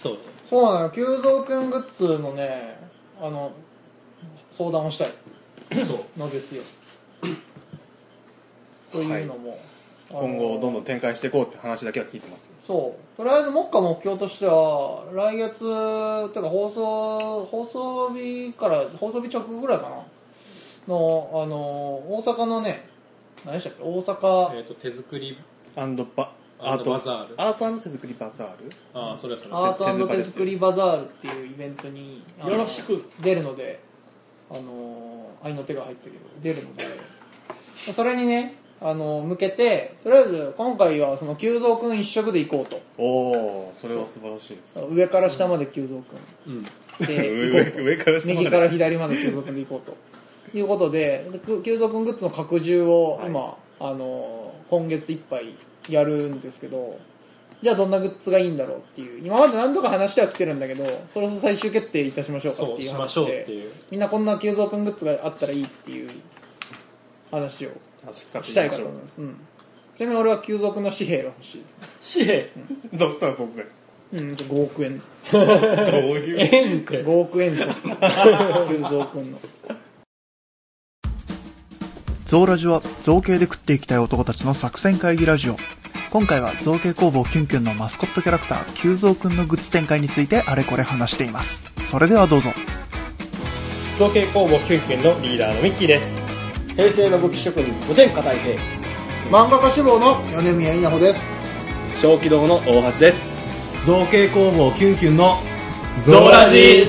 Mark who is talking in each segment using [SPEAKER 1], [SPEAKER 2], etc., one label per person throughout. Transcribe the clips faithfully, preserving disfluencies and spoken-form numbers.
[SPEAKER 1] そう
[SPEAKER 2] そうなの、急蔵くんグッズのね、あの相談をしたいのですよというのも、はい、
[SPEAKER 3] 今後どんどん展開していこうって話だけは聞いてます。
[SPEAKER 2] そうとりあえず目下目標としては来月というか放送放送日から放送日直後ぐらいかなのあの大阪のね何でしたっけ大阪、
[SPEAKER 1] えー、と手作り
[SPEAKER 3] アンドバ
[SPEAKER 1] アートバザール
[SPEAKER 3] アート手作りバザール
[SPEAKER 1] ああそれはそれ
[SPEAKER 2] アート手作りバザールっていうイベントに
[SPEAKER 1] よろしく
[SPEAKER 2] 出るので、あの愛の手が入ってるけど出るのでそれにねあの向けてとりあえず今回はその急蔵くん一色で行こうと。
[SPEAKER 3] おお、それは素晴らしいです。
[SPEAKER 2] 上から下まで急蔵くん、うん、で
[SPEAKER 3] 上, 上から下まで
[SPEAKER 2] 右から左まで急蔵くんで行こうということで急蔵くんグッズの拡充を今、はい、あの今月いっぱいやるんですけど、じゃあどんなグッズがいいんだろうっていう今まで何度か話しては来てるんだけどそろそろ最終決定いたしましょうかっていう話でみんなこんな急蔵くんグッズがあったらいいっていう話をしたいかと思います、うん、ちなみに俺は急蔵くんの紙幣が欲しいです
[SPEAKER 1] 紙幣、
[SPEAKER 3] うん、どうしたの突然、
[SPEAKER 2] うん、ごおくえん
[SPEAKER 3] どういう
[SPEAKER 1] 円って
[SPEAKER 2] ごおくえんです急蔵くんの
[SPEAKER 4] ゾウラジは造形で食っていきたい男たちの作戦会議ラジオ。今回は造形工房キュンキュンのマスコットキャラクター急蔵くんのグッズ展開についてあれこれ話しています。それではどうぞ。
[SPEAKER 1] 造形工房キュンキュンのリーダーのミッキーです。平成の武器職人五天下太平、
[SPEAKER 2] 漫画家志望の米宮稲穂です。
[SPEAKER 1] 小気道の大橋です。
[SPEAKER 5] 造形工房キュンキュンの
[SPEAKER 1] ゾウラジ。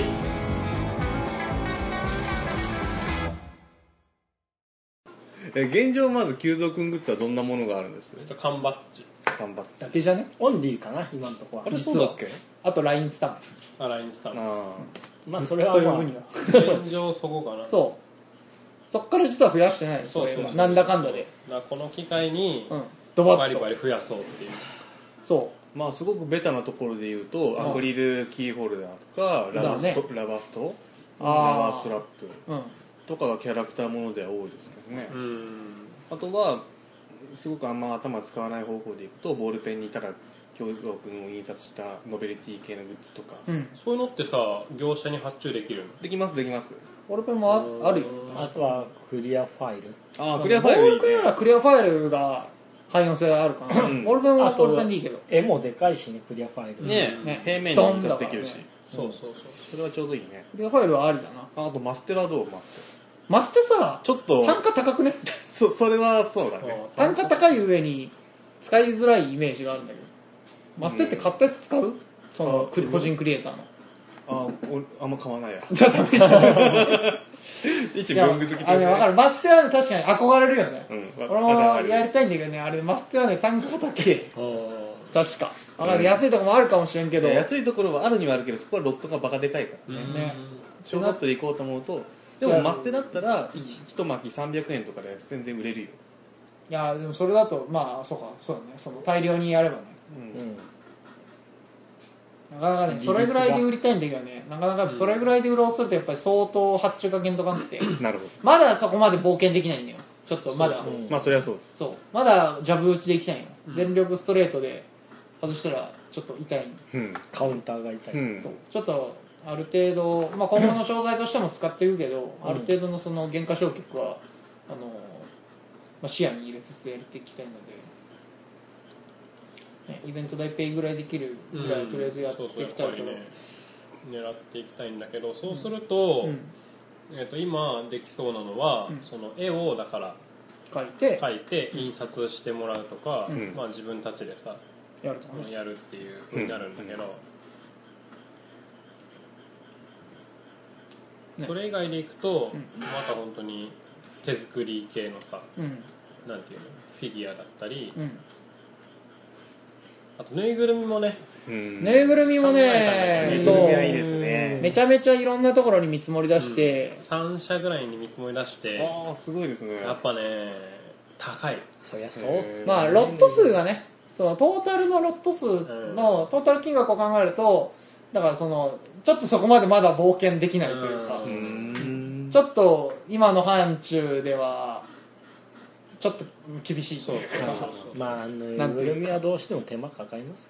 [SPEAKER 3] 現状まず急蔵くんグッズはどんなものがあるんです？
[SPEAKER 1] 缶バッジ
[SPEAKER 3] 缶バッジ
[SPEAKER 2] だけじゃね？
[SPEAKER 1] オンリーかな今のところは。
[SPEAKER 3] あれそうだっけ？
[SPEAKER 2] あと ライン スタンプ。
[SPEAKER 1] あ、ライン スタンプ。
[SPEAKER 3] あ、
[SPEAKER 1] うん、まあそれはまあ現状そこかな。
[SPEAKER 2] そうそっから実は増やしてない。
[SPEAKER 1] そうそうそう、
[SPEAKER 2] なんだかんだで
[SPEAKER 1] だこの機会に、うん、
[SPEAKER 2] ドバッと
[SPEAKER 1] バリバリ増やそうっていう。
[SPEAKER 2] そう
[SPEAKER 3] まあすごくベタなところで言うと、うん、アクリルキーホルダーとかラバスト、ね、ラバストラバーストラップ、うん、とかがキャラクターものでは多いですけどね。うん、あとはすごくあんま頭使わない方法でいくとボールペンにただ急蔵くんを印刷したノベルティ系のグッズとか、
[SPEAKER 1] うん、そういうのってさ業者に発注できるの？
[SPEAKER 3] できますできます。
[SPEAKER 2] ボールペンも あ, あるよ。
[SPEAKER 1] あとはクリアファイル。
[SPEAKER 3] ああクリアファイルいいね。
[SPEAKER 2] ボールペンはクリアファイルが汎用性があるかな、うん、ボールペンはボールペンでいいけど
[SPEAKER 1] 絵もでかいしねクリアファイル
[SPEAKER 3] ねえ、ね、平面に印刷できるし、ね、
[SPEAKER 1] そうそうそう、
[SPEAKER 3] それはちょうどいいね。
[SPEAKER 2] クリアファイルはありだな。
[SPEAKER 3] あ, あとマステはどう？マステ
[SPEAKER 2] マステさ
[SPEAKER 3] ちょっと
[SPEAKER 2] 単価高くね
[SPEAKER 3] そ, それはそうだね。
[SPEAKER 2] 単価高い上に使いづらいイメージがあるんだけど、マステって買ったやつ使う？その個人クリエイターの。
[SPEAKER 3] ああんま買わないや。
[SPEAKER 2] じゃあダメじゃん
[SPEAKER 3] 一文具好き
[SPEAKER 2] あれ分かる。マステは、ね、確かに憧れるよね、うん、俺もやりたいんだけどね。あれマステはね単価が高い。確か分かる、安いところもあるかもしれんけど、
[SPEAKER 3] 安いところはあるにはあるけどそこはロットがバカでかいからね。ね小ロットで行こうと思うと、でもマステだったら一巻きさんびゃくえんとかで全然売れるよ。
[SPEAKER 2] いやでもそれだとまあそうかそうだね、その大量にやればね、うん、なかなかねそれぐらいで売りたいんだけどね、なかなかそれぐらいで売ろうとするとやっぱり相当発注かけんとかなくて
[SPEAKER 3] なるほど、
[SPEAKER 2] まだそこまで冒険できないんだよ。ちょっとまだ、
[SPEAKER 3] そうそう、まあそりゃそう
[SPEAKER 2] そうまだジャブ打ちでいきたいよ、うん、全力ストレートで外したらちょっと痛い、
[SPEAKER 1] うん、カウンターが痛い、うん、
[SPEAKER 2] そうちょっとある程度、まあ、今後の商材としても使っていくけど、うん、ある程度のその原価償却はあの、まあ、視野に入れつつやっていきたいので、ね、イベント代ペイぐらいできるぐらい、うん、とりあえずやっていきたいと、ね、
[SPEAKER 1] 狙っていきたいんだけど、そうすると、うんえー、と今できそうなのは、うん、その絵をだから
[SPEAKER 2] 描いて
[SPEAKER 1] 描いて印刷してもらうとか、
[SPEAKER 2] うん
[SPEAKER 1] まあ、自分たちでさ
[SPEAKER 2] やるとか、ね、
[SPEAKER 1] やるっていう風になるんだけど、うん、それ以外でいくと、うん、また本当に手作り系のさ、うん、なんていうのフィギュアだったり、うん、あとぬいぐるみもね、
[SPEAKER 2] うん、ぬいぐるみもね、そう
[SPEAKER 3] いいですね、
[SPEAKER 2] めちゃめちゃいろんなところに見積もり出して、
[SPEAKER 1] うん、さん社ぐらいに見積もり出して、
[SPEAKER 3] ああすごいですね。
[SPEAKER 1] やっぱね高い。
[SPEAKER 2] そりゃそうっす。まあロット数がね、そのトータルのロット数のトータル金額を考えると、だからそのちょっとそこまでまだ冒険できないというか、うん、ちょっと今の範疇ではちょっと厳しいというか、
[SPEAKER 1] まあぬいぐるみはどうしても手間かかります。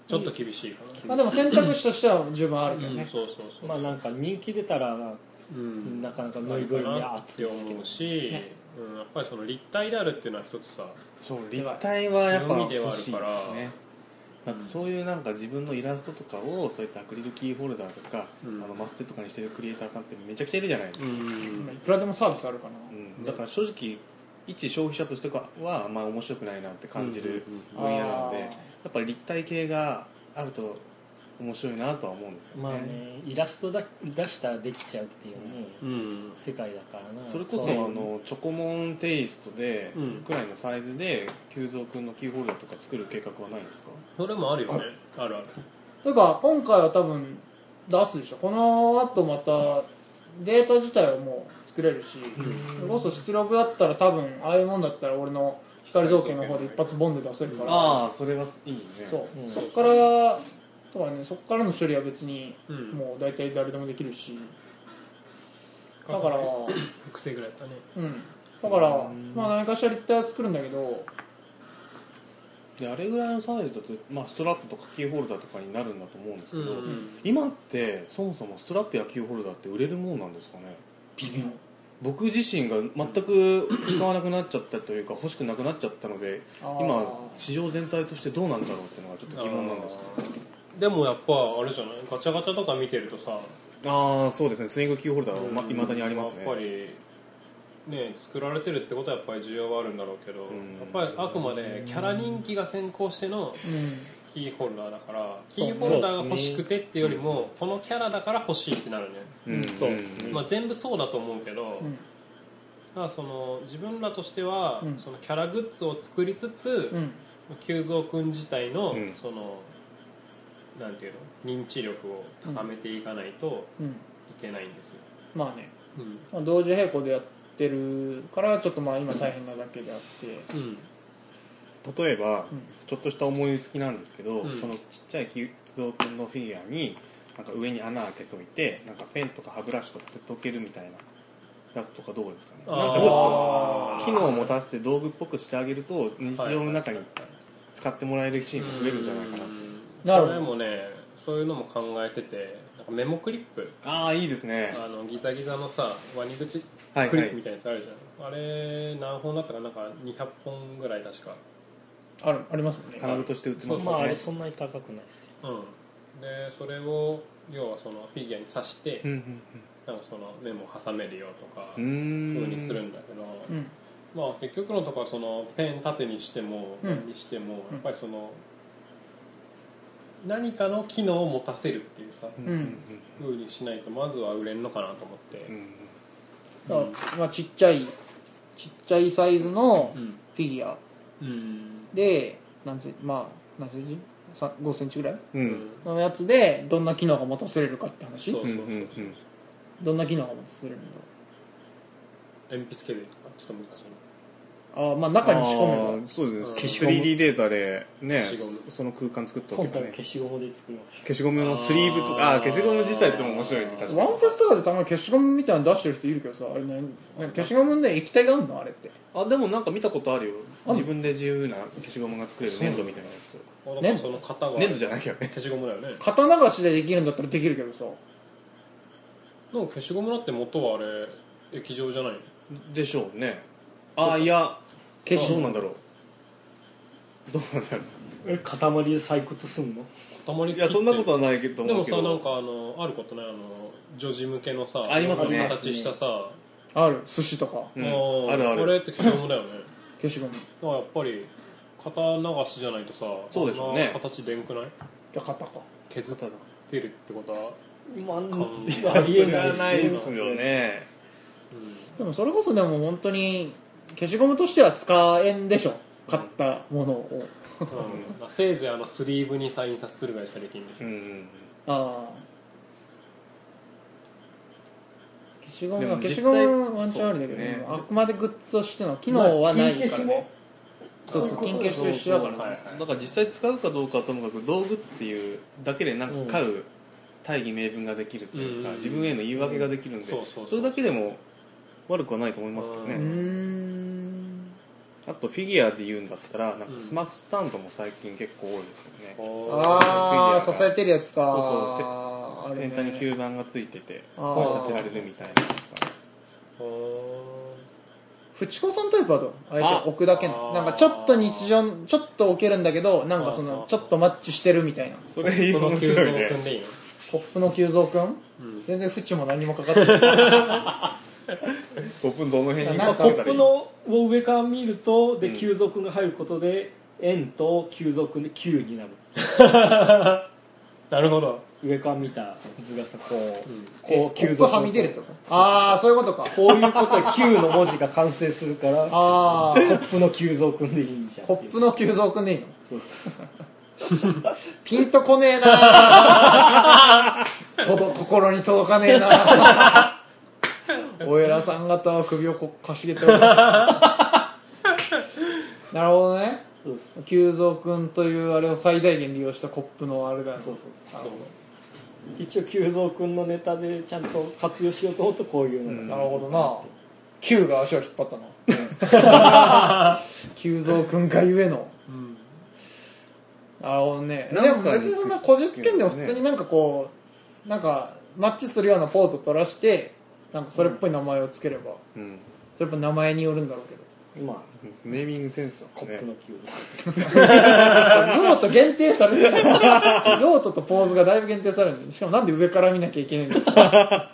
[SPEAKER 1] ちょっと厳しいかな。
[SPEAKER 2] まあでも選択肢としては十分あるけどね、
[SPEAKER 1] うん、そうそうそう。
[SPEAKER 6] まあなんか人気出たら、うん、なかなかぬいぐるみは熱い
[SPEAKER 1] 思うし、ね、うん、やっぱりその立体であるっていうのは一つさ、
[SPEAKER 3] そう立体はやっぱ欲しいですね。
[SPEAKER 1] だ
[SPEAKER 3] ってそういうなんか自分のイラストとかをそういったアクリルキーホルダーとか、うん、あのマステとかにしてるクリエイターさんってめちゃくちゃいるじゃないですか、うん、
[SPEAKER 2] いくらでもサービスあるかな、
[SPEAKER 3] うん、だから正直一消費者としてはあんま面白くないなって感じる分野なので、やっぱり立体系があると面白いなとは思うんですよね。
[SPEAKER 6] まあね、イラストだ出したらできちゃうっていうね、うん、世界だからな。
[SPEAKER 3] それこそあのチョコモンテイストで、うん、くらいのサイズで久蔵くんのキーホルダーとか作る計画はないんですか？そ
[SPEAKER 1] れもあるよね。あるある。
[SPEAKER 2] というか今回は多分出すでしょ。この後またデータ自体はもう作れるし、それこそ出力だったら多分ああいうもんだったら俺の光造形の方で一発ボンで出せるから。
[SPEAKER 3] ああ、それはいいね。
[SPEAKER 2] そう、うん、そっからとかね、そっからの処理は別にもう大体誰でもできるし、だから
[SPEAKER 1] 複製ぐらいだったね。
[SPEAKER 2] うん。だから、まあ何かしら立体は作るんだけど、
[SPEAKER 3] であれぐらいのサイズだと、まあ、ストラップとかキーホルダーとかになるんだと思うんですけど、うんうん、今ってそもそもストラップやキーホルダーって売れるもんなんですかね？
[SPEAKER 2] 微妙。
[SPEAKER 3] 僕自身が全く使わなくなっちゃったというか欲しくなくなっちゃったので、今市場全体としてどうなんだろうっていうのがちょっと疑問なんですけど。
[SPEAKER 1] でもやっぱあれじゃない、ガチャガチャとか見てるとさ、
[SPEAKER 3] ああそうですね、スイングキーホルダーはいまだにありますね。
[SPEAKER 1] やっぱりね、作られてるってことはやっぱり需要はあるんだろうけど、やっぱりあくまでキャラ人気が先行してのキーホルダーだから、キーホルダーが欲しくてってよりもこのキャラだから欲しいってなるね、うん、そうですね、まあ、全部そうだと思うけど、うん、だからその自分らとしては、うん、そのキャラグッズを作りつつ、うん、久蔵くん自体の、うん、そのなんていうの、認知力を高めていかないといけないんですよ、
[SPEAKER 2] うん、まあね、うん、まあ、同時並行でやってるからちょっとまあ今大変なだけであって、うん、
[SPEAKER 3] 例えば、うん、ちょっとした思いつきなんですけど、うん、そのちっちゃい久蔵くんのフィギュアになんか上に穴開けといてなんかペンとか歯ブラシとか立てとけるみたいなやつとかどうですかね。なんかちょっと機能を持たせて道具っぽくしてあげると日常の中に使ってもらえるシーンが増えるんじゃないかなって。
[SPEAKER 1] なるほど。それもね、そういうのも考えてて、なんかメモクリップ、
[SPEAKER 3] ああいいですね、
[SPEAKER 1] あのギザギザのさワニ口クリップみたいなやつあるじゃん、はいはい、あれ何本だったかなんかにひゃっぽんぐらい確か
[SPEAKER 2] あるありますもんね。
[SPEAKER 3] 金具として売ってますもんね。
[SPEAKER 6] まああれそんなに高くないですよ、
[SPEAKER 1] うん、でそれを要はそのフィギュアに挿して、うんうんうん、なんかそのメモを挟めるよとか風にするんだけど、うん、まあ結局のところはそのペン縦にしても何にしても、うん、やっぱりその何かの機能を持たせるっていうさ、うん、風にしないとまずは売れんのかなと思って、うん
[SPEAKER 2] だからまあ、ちっちゃいちっちゃいサイズのフィギュア、うん、で何センチ、まあ何センチごセンチぐらい、うん、のやつでどんな機能が持たせれるかって話。そうそうそうそう、どんな機能が持たせれるんだ
[SPEAKER 1] ろう。鉛筆削りとかちょっと難しいの。
[SPEAKER 2] ああ、まあ中に仕込めば
[SPEAKER 3] そうですね、スリーディー データでねその空間作っておけばね。
[SPEAKER 6] 消しゴムで作りましょう。
[SPEAKER 3] 消しゴムのスリーブとか、ああ消しゴム自体っても面白いね。確かに
[SPEAKER 2] ワンフェスとかでたまに消しゴムみたいなの出してる人いるけどさ、あれ何消しゴムで液体があるのあれって。
[SPEAKER 3] あでもなんか見たことあるよ、自分で自由な消しゴムが作れる粘土みたいなやつ。
[SPEAKER 1] 粘土の型が
[SPEAKER 3] 粘土じゃないけどね、
[SPEAKER 1] 消しゴムだよね。
[SPEAKER 2] 型流しでできるんだったらできるけどさ、
[SPEAKER 1] でも消しゴムだって元はあれ液状じゃないの
[SPEAKER 3] でしょうね。ああいや消しどうなんだろうどうなんだろう
[SPEAKER 6] え塊で採掘すんの。
[SPEAKER 3] 塊いやそんなことはないけど。
[SPEAKER 1] でもさなんかあのあることね、あの女児向けのさ
[SPEAKER 3] ありますね、
[SPEAKER 1] 形したさ
[SPEAKER 2] ある寿司とか、
[SPEAKER 3] うん、あるある。
[SPEAKER 1] あれって消しゴムだよね。
[SPEAKER 2] 消しゴムだ
[SPEAKER 1] からやっぱり型流しじゃないとさ、
[SPEAKER 3] そうでしょうね、
[SPEAKER 1] 形でんくない。
[SPEAKER 2] じゃあ型か
[SPEAKER 1] 削ってるってことは
[SPEAKER 6] ま
[SPEAKER 3] ありえないですよね、
[SPEAKER 2] うん、でもそれこそでも本当に消しゴムとしては使えんでしょ、買ったものを、
[SPEAKER 1] うん、せいぜいあのスリーブにさ印刷するぐらいしかできんでしょ、うん、
[SPEAKER 2] ああ消しゴムは消しゴムワンチャンあるんだけど、ね、あくまでグッズとしての機能はないからね、そうそう、金消しと一緒だからね、はいはい、
[SPEAKER 3] だから実際使うかどうかはともかく道具っていうだけでなんか買う大義名分ができるというか、うん、自分への言い訳ができるんで、うん、そうそうそう、それだけでも悪くはないと思いますけどね。うーん、 あとフィギュアで言うんだったらなんかスマックスタンドも最近結構多いですよね、
[SPEAKER 2] うん、ああ支えてるやつか。
[SPEAKER 3] そうそう、先端に吸盤がついててこう立てられるみたいなやつか。
[SPEAKER 2] フチコさんタイプはどう？あえて置くだけのなんかちょっと日常ちょっと置けるんだけどなんかそのちょっとマッチしてるみたいな。
[SPEAKER 3] それいい面白いね。
[SPEAKER 2] コップの急増くん、うん、全然縁も何もかかってない
[SPEAKER 3] コップのどの辺に
[SPEAKER 6] コップのを上から見るとで急増くんが入ることで円と急増くんで球になる
[SPEAKER 1] なるほど。
[SPEAKER 6] 上から見た図がさこう、うん、
[SPEAKER 2] こう急増はみ出るとか。ああそういうことか。
[SPEAKER 6] こういうことで球の文字が完成するからあコップの急増くんでいいんじゃん。
[SPEAKER 2] コップの急増くんでいいの。
[SPEAKER 6] そうそう
[SPEAKER 2] ピンとこねえな届心に届かねえなお偉さん方は首をこかしげておりますなるほどね。久蔵くんというあれを最大限利用したコップのあれだよね。
[SPEAKER 6] そうそうそう。なるほど。一応久蔵くんのネタでちゃんと活用しようと思うとこういうのが、うん、
[SPEAKER 2] なるほどな。Qが足を引っ張ったの久蔵くんがゆえの、うんなるほどね。でも別にそんなこじつけんでも普通になんかこうなんかマッチするようなポーズを取らしてなんかそれっぽい名前をつければ、うん、それやっぱ名前によるんだろうけど
[SPEAKER 3] まあネーミングセンスは、ね、
[SPEAKER 6] コップのキュ
[SPEAKER 2] 用途限定されてる用途とポーズがだいぶ限定されるんでしかもなんで上から見なきゃいけないんだ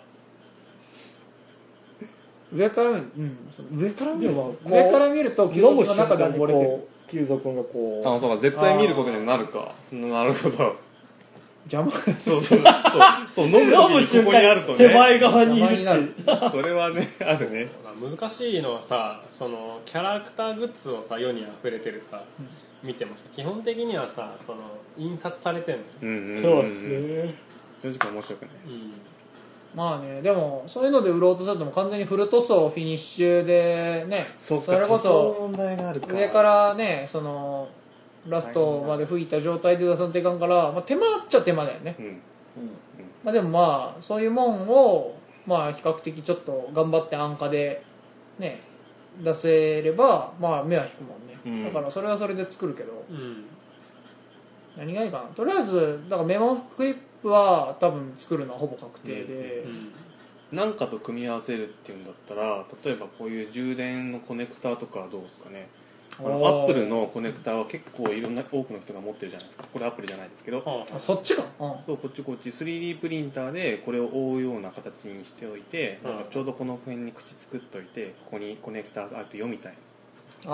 [SPEAKER 2] 上から見る、うん、上から見る上から見ると急増の中で溺れてる
[SPEAKER 6] 急増くんがこう
[SPEAKER 3] あそうか絶対見ることになるかなるほど
[SPEAKER 2] 邪魔
[SPEAKER 3] そうそうそうそう飲む時にここにあるとね
[SPEAKER 6] 手前側にいる
[SPEAKER 2] になる
[SPEAKER 3] それはねあるね
[SPEAKER 1] 難しいのはさそのキャラクターグッズをさ世に溢れてるさ、うん、見てもさ基本的にはさその印刷されてんのよ、
[SPEAKER 6] うんうんうん、そうですね
[SPEAKER 3] 正直面白くないです、うん
[SPEAKER 2] まあね、でもそういうので売ろうとするとも完全にフル塗装フィニッシュでね
[SPEAKER 3] そっか
[SPEAKER 2] それこそ
[SPEAKER 3] 問題があるか
[SPEAKER 2] 上からねそのラストまで吹いた状態で出さんといかんから、まあ、手間っちゃ手間だよね、うんうんまあ、でもまあそういうもんを、まあ、比較的ちょっと頑張って安価でね出せればまあ目は引くもんね、うん、だからそれはそれで作るけど、うん、何がいいかなとりあえずだからメモクリップは多分作るのはほぼ確定で、うん
[SPEAKER 3] うん、なんかと組み合わせるっていうんだったら例えばこういう充電のコネクターとかはどうですかね。あのアップルのコネクターは結構いろんな多くの人が持ってるじゃないですか。これアップルじゃないですけど
[SPEAKER 2] あそっちか、
[SPEAKER 3] うん、そうこっちこっち スリーディー プリンターでこれを覆うような形にしておいて、うん、なんかちょうどこの辺に口作っといてここにコネクターあるよみたいな。
[SPEAKER 2] あ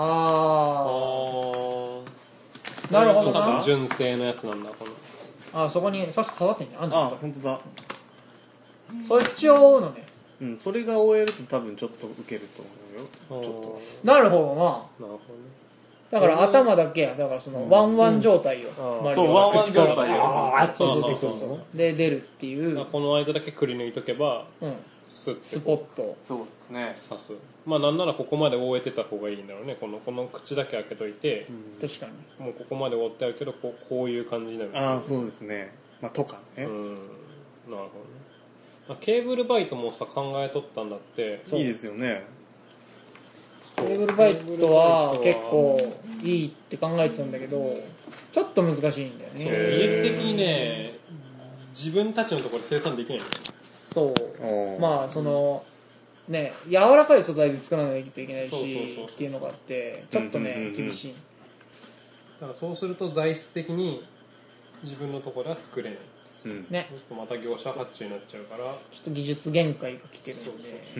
[SPEAKER 2] あなるほどな。
[SPEAKER 1] 純正のやつなんだこの
[SPEAKER 2] あそこにさし触ってんねあん
[SPEAKER 3] あ本当だ
[SPEAKER 2] そっちを追うのね。
[SPEAKER 3] うんそれが追えると多分ちょっと受けると思うよ。ちょっと
[SPEAKER 2] なるほどな。なるほ
[SPEAKER 1] どね。
[SPEAKER 2] だから頭だけやだからそのワンワン状態よ、
[SPEAKER 3] うん、そうワンワン状態よ
[SPEAKER 2] ああそうそうそうそうで出るっていう
[SPEAKER 1] この間だけくり抜いとけば、うん、
[SPEAKER 2] スッてスポット
[SPEAKER 3] そうですね
[SPEAKER 1] 刺す。まあなんならここまで覆えてた方がいいんだろうね。このこの口だけ開けといて、
[SPEAKER 2] うん、確かに
[SPEAKER 1] もうここまで覆ってあるけどこう、こういう感じになる。
[SPEAKER 3] ああそうですね。まあとかね。
[SPEAKER 1] うんなるほどね。まあ、ケーブルバイトもさ考えとったんだって。
[SPEAKER 3] いいですよね。
[SPEAKER 2] ケーブルバイトは結構いいって考えてたんだけどちょっと難しいんだよね。
[SPEAKER 1] 技術的にね自分たちのところで生産できないんだよ。
[SPEAKER 2] そうまあそのね柔らかい素材で作らないといけないしっていうのがあってちょっとね厳しい。
[SPEAKER 1] だからそうすると材質的に自分のところでは作れない、
[SPEAKER 2] うん、ね
[SPEAKER 1] そうするとまた業者発注になっちゃうからちょ
[SPEAKER 2] っと技術限界が来てるので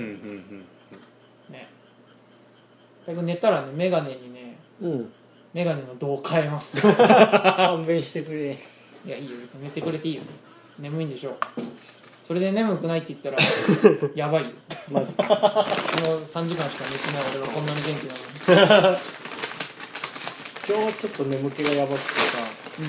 [SPEAKER 2] ねだけど寝たらねメガネにね、うん、メガネの度を変えます
[SPEAKER 6] 勘弁してくれ。
[SPEAKER 2] いやいいよ寝てくれていいよ眠いんでしょ。それで眠くないって言ったらやばいよマジこのさんじかんしか寝てない俺がこんなに元気なのに
[SPEAKER 6] 今日はちょっと眠気がやばくてさ、うん、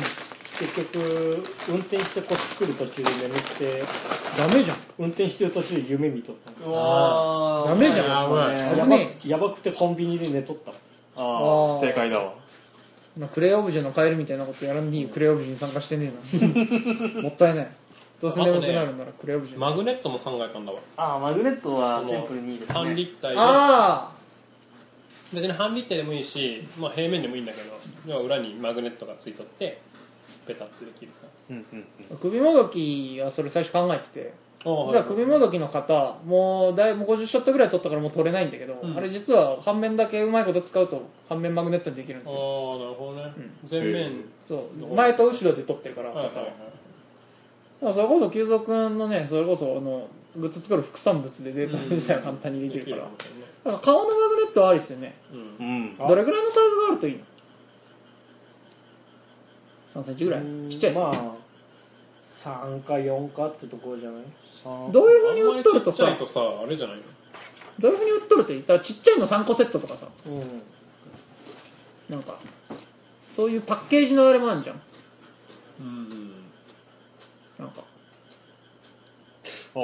[SPEAKER 6] 結局運転してこっち来る途中で眠くて
[SPEAKER 2] ダメじゃん。
[SPEAKER 6] 運転してる途中で夢見とった
[SPEAKER 2] の。うわダメじゃん。
[SPEAKER 6] やばいやばやばくてコンビニで寝とった。
[SPEAKER 3] ああ正解だわ。
[SPEAKER 2] クレイオブジェの帰るみたいなことやらんでいいよ。クレイオブジェに参加してねえなもったいない。どうせ眠くなるならクレイオブジェ、
[SPEAKER 1] ね、マグネットも考えたんだわ。
[SPEAKER 3] ああマグネットはシンプルにいいですね。
[SPEAKER 1] さん立体で
[SPEAKER 2] ああ
[SPEAKER 1] 別に半立体でもいいし、まあ、平面でもいいんだけど要は裏にマグネットがついとってペタッとできるさ、
[SPEAKER 3] うんうんうん、
[SPEAKER 2] 首もどきはそれ最初考えてて、実は首もどきの型もうだいぶごじゅうショットぐらい取ったからもう取れないんだけど、うん、あれ実は半面だけうまいこと使うと半面マグネットにできるんですよ。
[SPEAKER 1] ああなるほどね、うん、前面
[SPEAKER 2] そう前と後ろで取ってるから型は、はいはいはい、だからそれこそ久蔵君のねそれこそあのグッズ作る副産物でデータデザイン簡単にできるから、うん、だから顔のマグネットはありですよね、うん、どれぐらいのサイズがあるといいの？さんセンチぐらいちっちゃいやつ、まあ
[SPEAKER 6] さんかよんかってところじゃない？
[SPEAKER 2] どういう風に売っとるとさ、
[SPEAKER 1] あんまりちっちゃいとさあれじゃないの？
[SPEAKER 2] どういう風に売っとるといい？だからちっちゃいのさんこセットとかさ、うん、なんかそういうパッケージのあれもあるじゃん。うん、なんかああそ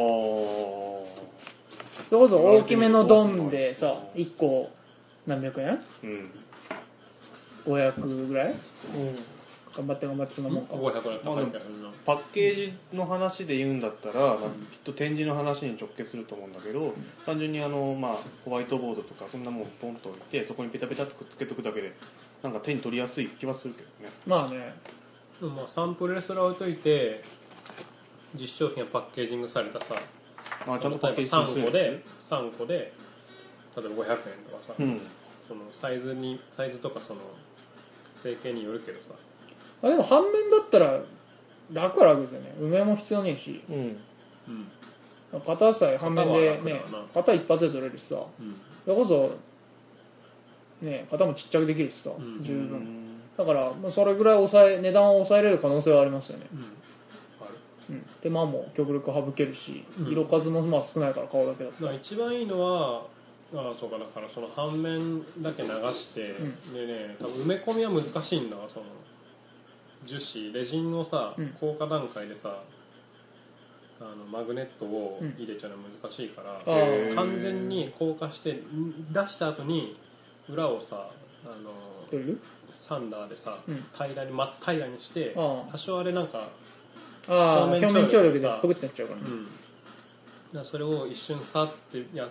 [SPEAKER 2] れこそ大きめのドンでさいっこ何百円？うん、ごひゃくぐらい？うん、頑張って頑張ってそのもんか、
[SPEAKER 3] まあ、パッケージの話で言うんだったら、うんまあ、きっと展示の話に直結すると思うんだけど、うん、単純にあの、まあ、ホワイトボードとかそんなもんポンと置いてそこにペタペタとくっつけておくだけでなんか手に取りやすい気はするけどね。
[SPEAKER 2] まあね、
[SPEAKER 1] まあ、サンプルでそれを置いといて実商品がパッケージングされたさ、
[SPEAKER 3] まあ、ちゃんとパッケージ
[SPEAKER 1] さんこでさんこで例えばごひゃくえんとかさ、うん、そのサイズにサイズとかその成形によるけどさ、
[SPEAKER 2] あでも半面だったら楽は楽ですよね。梅も必要ねえし、うんうん、型さえ半面でね型一発で取れるしさ、うん、それこそね型もちっちゃくできるしさ、うん、十分だからそれぐらい抑え値段を抑えれる可能性はありますよね、うんあるうん、手間も極力省けるし、うん、色数もまあ少ないから顔だけだったら
[SPEAKER 1] 一番いいのはああそうかだからその半面だけ流して、うん、でね多分埋め込みは難しいんだわ。その樹脂レジンをさ、うん、硬化段階でさあのマグネットを入れちゃうのは難しいから、うん、完全に硬化して出した後に裏をさあのサンダーでさ、うん、平らに真っ平らにして多少あれなんか
[SPEAKER 2] 表面張力でポクってなっちゃうからね、うん、だ
[SPEAKER 1] からそれを一瞬さってやって、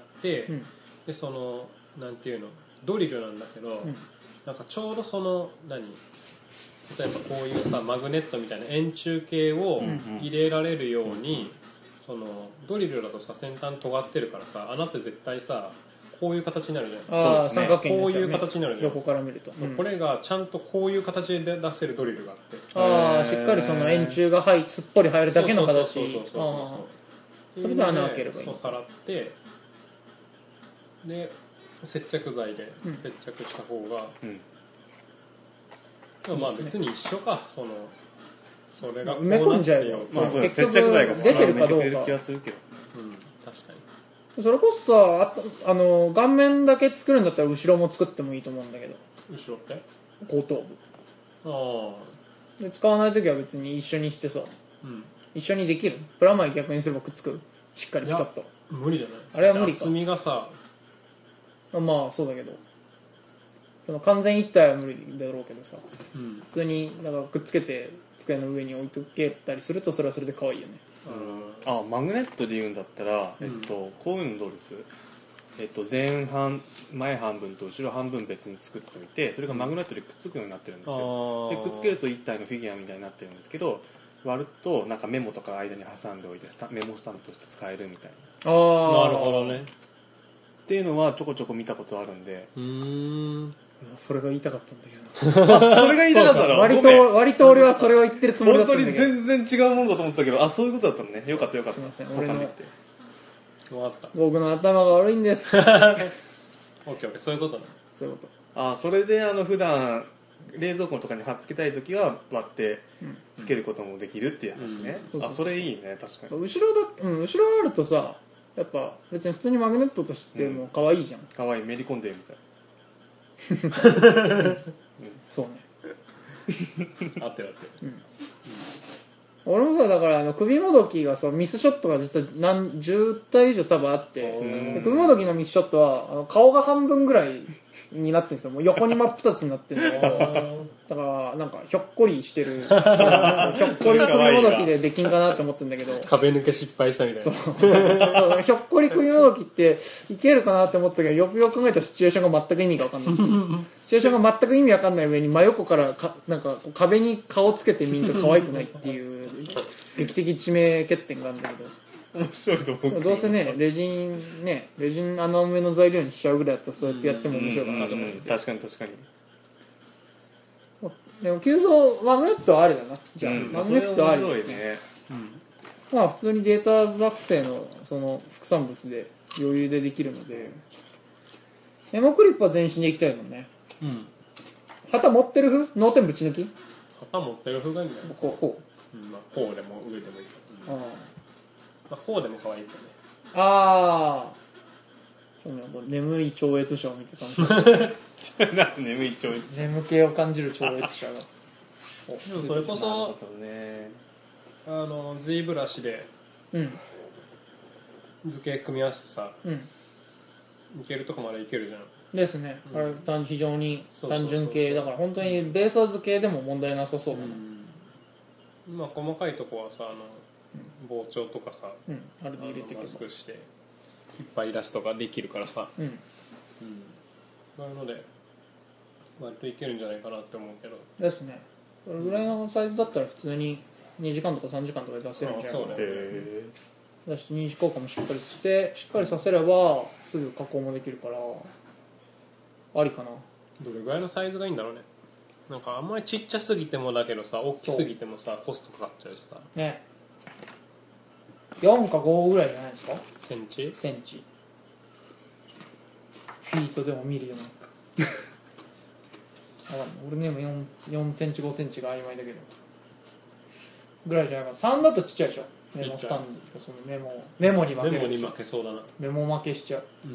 [SPEAKER 1] うん、でそのなんていうのドリルなんだけど、うん、なんかちょうどその何例えばこういうさマグネットみたいな円柱形を入れられるように、うんうん、そのドリルだとさ先端尖ってるからさ穴って絶対さこういう形になるじゃん。
[SPEAKER 2] あそうですね、三角形になっちゃうね、
[SPEAKER 1] こういう形になるじゃん
[SPEAKER 2] 横から見ると、
[SPEAKER 1] うん、これがちゃんとこういう形で出せるドリルがあって、
[SPEAKER 2] ああしっかりその円柱が入すっぽり入るだけの形、それで穴開ければいい。
[SPEAKER 1] そうさらってで接着剤で接着した方が、うんうんでもまあ別に一緒かそのそれが
[SPEAKER 2] 埋め込んじゃえば、
[SPEAKER 3] まあ、そう結局出
[SPEAKER 2] てるかどうか、うん、確かにそれこそさ あ, あの顔面だけ作るんだったら後ろも作ってもいいと思うんだけど。
[SPEAKER 1] 後ろって
[SPEAKER 2] 後頭部あで使わないときは別に一緒にしてさ、うん、一緒にできるプラマイ逆にすればくっつくしっかりピタッと。
[SPEAKER 1] 無理じゃない
[SPEAKER 2] あれは無理か。
[SPEAKER 1] 厚みがさ
[SPEAKER 2] まあそうだけどその完全一体は無理だろうけどさ、うん、普通になんかくっつけて机の上に置いとけたりするとそれはそれで可愛いよね。
[SPEAKER 3] うん、あマグネットで言うんだったら、えっと、こういうのどうです、えっと、前半前半分と後ろ半分別に作っておいてそれがマグネットでくっつくようになってるんですよ。でくっつけると一体のフィギュアみたいになってるんですけど割るとなんかメモとか間に挟んでおいてスタメモスタンプとして使えるみたいな。
[SPEAKER 1] あなるほどね
[SPEAKER 3] っていうのはちょこちょこ見たことあるんで。
[SPEAKER 2] うーんそれが言いたかったんだけど
[SPEAKER 3] それが言いたかったの
[SPEAKER 2] 割と割と俺はそれを言ってるつもりだったんだけど
[SPEAKER 3] 本当に全然違うものだと思ったけどあそういうことだったのね。よかったよかった。すみません俺の
[SPEAKER 2] 僕の頭が悪いんです
[SPEAKER 1] オッケーオッケーそういうことね。
[SPEAKER 2] そういうこ
[SPEAKER 3] とあそれであの普段冷蔵庫とかに貼っつけたいときは割ってつけることもできるっていう話ね、うんうん、あそれいいね確かに。
[SPEAKER 2] 後ろだ、うん、後ろあるとさやっぱ別に普通にマグネットとしても可愛いじゃん、うん、
[SPEAKER 3] 可愛いめり込んでるみたい
[SPEAKER 2] そうね
[SPEAKER 1] 合ってる合ってる、うん、
[SPEAKER 2] 俺もさだからあの首もどきがさミスショットが実は何じゅったい以上多分あって首もどきのミスショットはあの顔が半分ぐらいになってるんですよ。もう横に真っ二つになってるのだからなんかひょっこりしてるひょっこり組もどきでできんかなって思ってんだけど
[SPEAKER 1] 壁抜け失敗したみたいな。
[SPEAKER 2] そうひょっこり組もどきっていけるかなって思ったけど、よくよく考えたらシチュエーションが全く意味が分かんないシチュエーションが全く意味分かんない上に真横からかなんか壁に顔つけてみんと可愛くないっていう劇的致命欠点があるんだけど、
[SPEAKER 3] 面白いと思う。
[SPEAKER 2] どうせねレジンねレジン穴埋めの材料にしちゃうぐらいだったらそうやってやっても面白いかなと思うんですけど、
[SPEAKER 3] 確かに確かに。
[SPEAKER 2] でも急増マグネットはあれだな。じゃあ、
[SPEAKER 3] うん、
[SPEAKER 2] マグネットはありですね。
[SPEAKER 3] ね、
[SPEAKER 2] うん、まあ普通にデータ作成のその副産物で余裕でできるので、メモクリップは全身でいきたいもんね。
[SPEAKER 1] うん。
[SPEAKER 2] 旗持ってる風？脳天ぶち抜き？
[SPEAKER 1] 旗持ってる風がいいんじゃない？
[SPEAKER 2] こうこ
[SPEAKER 1] う。うん、まあこうでも上でもいいけど。うん、あまあこうでも可愛いけどね。
[SPEAKER 2] ああ。眠い超越者を見てたんです
[SPEAKER 3] よ眠い超越者、
[SPEAKER 2] 眠気を感じる超越者が
[SPEAKER 1] でもそれこそ、ね、あの Z ブラシで図形組み合わせてさ、うん、いけるとこまでいけるじゃん
[SPEAKER 2] ですね、うん、あれ非常に単純系だから本当にベースは図形でも問題なさそうだな、
[SPEAKER 1] うん、まあ細かいとこはさあの、うん、膨張とかさ、
[SPEAKER 2] うん、あれで入れていけば
[SPEAKER 1] マスクしていっぱいイラストができるからさ、うんうん、なので割といけるんじゃないかなって思うけど
[SPEAKER 2] ですね。これぐらいのサイズだったら普通ににじかんとかさんじかんとかで出せるんじゃないかな。だし認識効果もしっかりしてしっかりさせればすぐ加工もできるからありかな。
[SPEAKER 1] どれぐらいのサイズがいいんだろうね。なんかあんまりちっちゃすぎてもだけどさ大きすぎてもさコストかかっちゃうしさ
[SPEAKER 2] ね。よんかごぐらいじゃないですか。
[SPEAKER 1] センチ
[SPEAKER 2] センチフィートでもミリでも俺ねも 4, 4センチごセンチが曖昧だけどぐらいじゃないかな。さんだとちっちゃいでしょ。メモスタンドそのメモメモに負けるでしょ。
[SPEAKER 1] メモに負けそうだな。
[SPEAKER 2] メモ負けしちゃう、うん、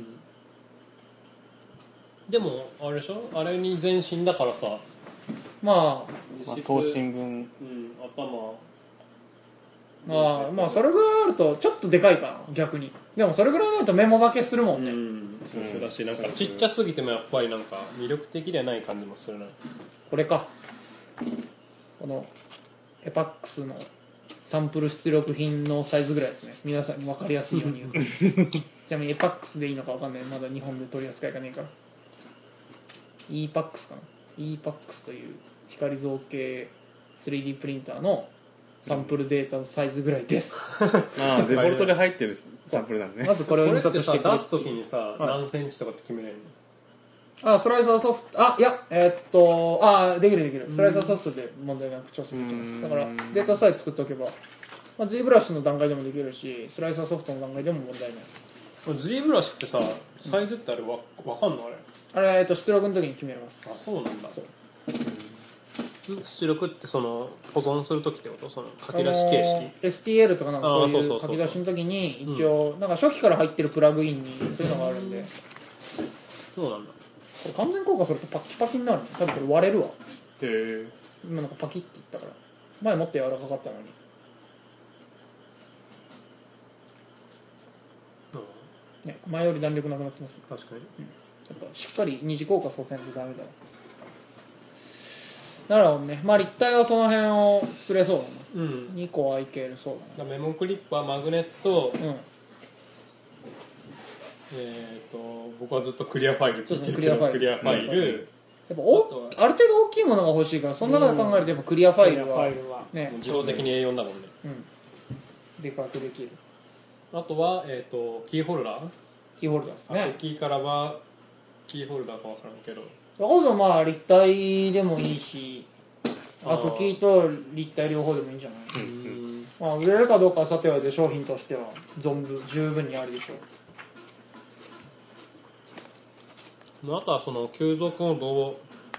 [SPEAKER 1] でもあれでしょあれに全身だからさ
[SPEAKER 2] まあ、
[SPEAKER 3] まあ、等身分、
[SPEAKER 1] うん、頭
[SPEAKER 2] まあまあそれぐらいあるとちょっとでかいかな逆に。でもそれぐらいないとメモ負けするもんね。うん、
[SPEAKER 1] そうそうだしなんかちっちゃすぎてもやっぱりなんか魅力的ではない感じもするな。
[SPEAKER 2] これかこのエパックスのサンプル出力品のサイズぐらいですね。皆さんに分かりやすいように言うとちなみにエパックスでいいのか分かんない。まだ日本で取り扱いがねえから イーパックス かな。 イーパックス という光造形 スリーディー プリンターのサンプルデータのサイズぐらいです
[SPEAKER 3] ああデフォルトで入ってるサンプルなんね。
[SPEAKER 2] まずこれを印刷して
[SPEAKER 1] 出すときにさ、はい、何センチとかって決めれるの？
[SPEAKER 2] あスライサーソフトあいやえー、っとあできるできるスライサーソフトで問題なく調整できます。だからデータさえ作っておけば、まあ、Z ブラシの段階でもできるしスライサーソフトの段階でも問題ない。
[SPEAKER 1] Z ブラシってさサイズってあれわ分かんのあれ
[SPEAKER 2] あれ、えー、っと出力の時に決めれます。
[SPEAKER 1] あそうなんだ。出力ってその保存するときってこと？その書き出し形式
[SPEAKER 2] エスティーエル とかなんかそういう書き出しの時に一応なんか初期から入ってるプラグインにそういうのがあるんで。
[SPEAKER 1] そうなんだ。
[SPEAKER 2] これ完全硬化するとパキパキになるの。多分これ割れるわ。へ
[SPEAKER 3] え。
[SPEAKER 2] 今なんかパキッていったから前もっと柔らかかったのに、うん、ね、前より弾力なくなってます。
[SPEAKER 1] 確かに、
[SPEAKER 2] うん、やっぱしっかり二次硬化させないとダメだわ。なるほどね。まあ立体はその辺を作れそうだな、うん、にこはいけるそうだな。
[SPEAKER 1] メモクリップはマグネット、うん、えーと僕はずっとクリアファイルって言ってるけどクリアファイル、
[SPEAKER 2] やっぱおある程度大きいものが欲しいからその中で考えるとやっぱクリアファイルは、
[SPEAKER 1] ね、自動的に エーよん だもんね、
[SPEAKER 2] うん、でかくできる。
[SPEAKER 1] あとは、えーとキーホルダー
[SPEAKER 2] キーホルダーですね。
[SPEAKER 1] キーからはキーホルダーか分からんけど
[SPEAKER 2] それこそまあ立体でもいいしあとキーと立体両方でもいいんじゃない。うん、まあ、売れるかどうかはさておいで商品としては存分十分にあるでしょ
[SPEAKER 1] う。あとはその継続をどう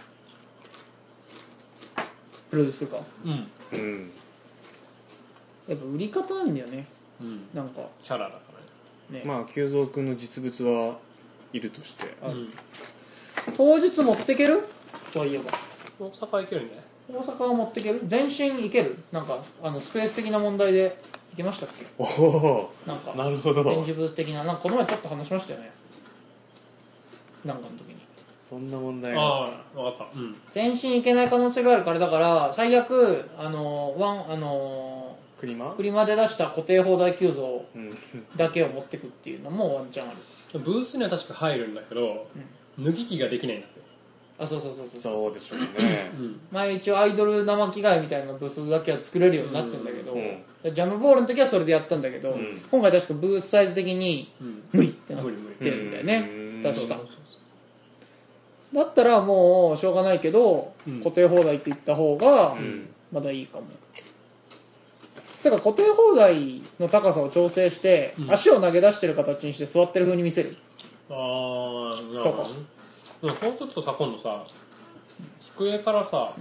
[SPEAKER 2] プロデュースするか。
[SPEAKER 1] うんうん、
[SPEAKER 2] やっぱ売り方なんだよね、うん、なんか
[SPEAKER 1] キャラだからね。
[SPEAKER 3] ね、まあ久蔵君の実物はいるとしてある、うん、
[SPEAKER 2] 当日持ってける。そういえば
[SPEAKER 1] 大阪行けるね。
[SPEAKER 2] 大阪は持ってける。全身行ける。なんかあのスペース的な問題で行けましたっけ。
[SPEAKER 3] おお
[SPEAKER 2] なんか
[SPEAKER 3] なるほど。
[SPEAKER 2] 展示ブース的ななんかこの前ちょっと話しましたよね。なんかの時に
[SPEAKER 3] そんな問題
[SPEAKER 1] がああ分かった、うん、
[SPEAKER 2] 前進いけない可能性があるからだから最悪あのワンあの
[SPEAKER 3] クリマ
[SPEAKER 2] クリマで出した固定放題急増だけを持ってくっていうのもワンチャンある。
[SPEAKER 1] ブースには確か入るんだけど、うん、脱ぎ着ができないんだって。
[SPEAKER 2] あ、そうそうそうそう
[SPEAKER 3] そうでしょうね、
[SPEAKER 2] うん、前一応アイドル生着替えみたいなブースだけは作れるようになってんだけど、うんうん、ジャムボールの時はそれでやったんだけど、うん、今回確かブースサイズ的に無理ってなってるんだよね、うん、確かだったらもうしょうがないけど、うん、固定放題って言った方がまだいいかも、うん、だから固定放題の高さを調整して、うん、足を投げ出してる形にして座ってる風に見せる。
[SPEAKER 1] ああ、なるほど。でもそうするとさ、今度さ、机からさ、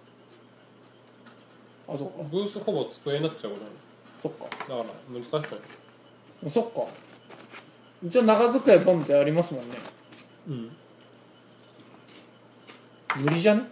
[SPEAKER 2] うん、あ、そっか。
[SPEAKER 1] ブースほぼ机になっちゃうことなの。
[SPEAKER 2] そっか。
[SPEAKER 1] だから難しくない。
[SPEAKER 2] そっか。一応長机ポンってありますもんね。うん。無理じゃね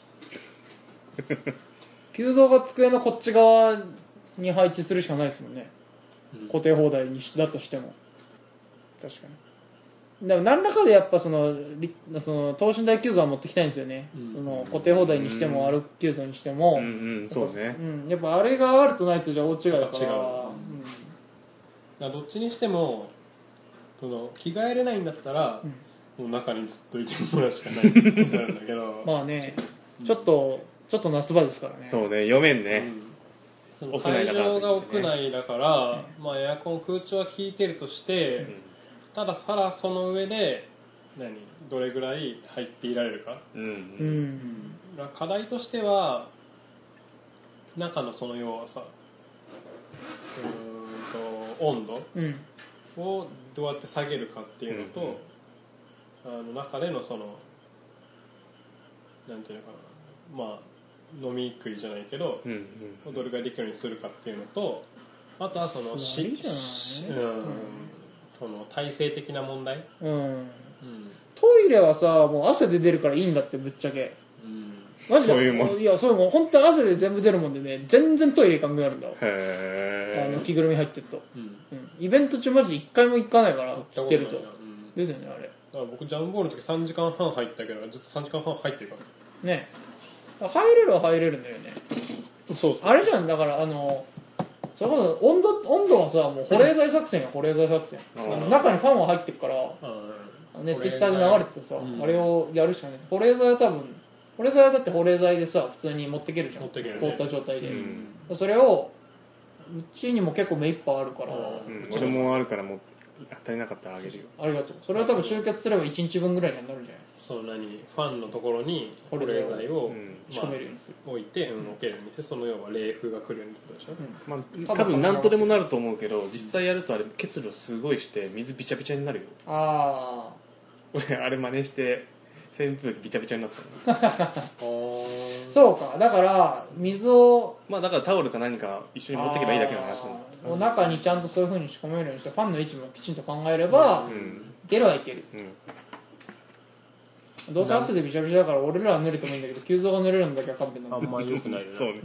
[SPEAKER 2] 急増が机のこっち側に配置するしかないですもんね、うん、固定放題にしだとしても確かに。でも何らかでやっぱそのその等身大急増は持ってきたいんですよね、うん、その固定放題にしても、うん、歩く急増にしても、うんうん、そうね、うん、やっぱあれがあるとないとじゃ大違いだから、違う、うん、だ
[SPEAKER 1] からどっちにしてもその着替えれないんだったら、うんもう中にずっといてもらうしかないってことなんだけど
[SPEAKER 2] まあねちょっとちょっと夏場ですからね。
[SPEAKER 3] そうね読めんね、
[SPEAKER 1] うん、会場が屋内だから、うんまあ、エアコン空調は効いてるとして、うん、たださらその上で何どれぐらい入っていられるか、うんうんうん、課題としては中のその要はさうーんと温度をどうやって下げるかっていうのと、うんうんあの中でのそのなんていうのかなまあ飲み食いじゃないけど、うんうん、どれぐらいできるようにするかっていうのとあとはそのし、うん、その体制的な問題、うんうん、
[SPEAKER 2] トイレはさもう汗で出るからいいんだってぶっちゃけ、うん、マジでそういうもんいやそういうもん本当に汗で全部出るもんでね全然トイレ行かなくなるんだへあの着ぐるみ入ってると、うんうん、イベント中マジでいっかいも行かないから着てると、うん、ですよねあれ
[SPEAKER 1] 僕ジャンボールの時さんじかんはん入ったけどずっとさんじかんはん入ってるから
[SPEAKER 2] ね入れるは入れるんだよね。そうそうあれじゃんだからあのそれこそ温度温度はさもう保冷剤作戦や、うん、保冷剤作戦、うん、あの中にファンは入ってるから、うん、ねツイッターで流れててさ、うん、あれをやるしかないです。保冷剤は多分保冷剤はだって保冷剤でさ普通に持ってけるじゃん、ね、凍った状態で、うん、それをうちにも結構目いっぱいあるから、
[SPEAKER 3] うん、俺もあるからもう足りなかったらあげるよ。
[SPEAKER 2] ありがとう。それは多分集結すればいちにちぶんぐらいにはなるんじゃない。
[SPEAKER 1] そう何ファンのところに保冷剤を、うん
[SPEAKER 2] 仕込めるようにする、
[SPEAKER 1] まあ、置いて、うん、置けるようにしてその要は冷風が来るようにってことでしょ、
[SPEAKER 3] うんまあ、多分何とでもなると思うけど実際やるとあれ結露すごいして水ビチャビチャになるよ。ああ俺あれ真似して扇風機ビチャビチャになった
[SPEAKER 2] のそうかだから水を
[SPEAKER 3] まあだからタオルか何か一緒に持っていけばいいだけの話なん
[SPEAKER 2] ですよ。中にちゃんとそういう風に仕込めるようにしてファンの位置もきちんと考えれば、うん、いけるはいける、うん、どうせ汗でビチャビチャだから俺らは濡れてもいいんだけど急増が濡れるのだけは勘弁なんだ。
[SPEAKER 1] あんまり良くないよねそうね、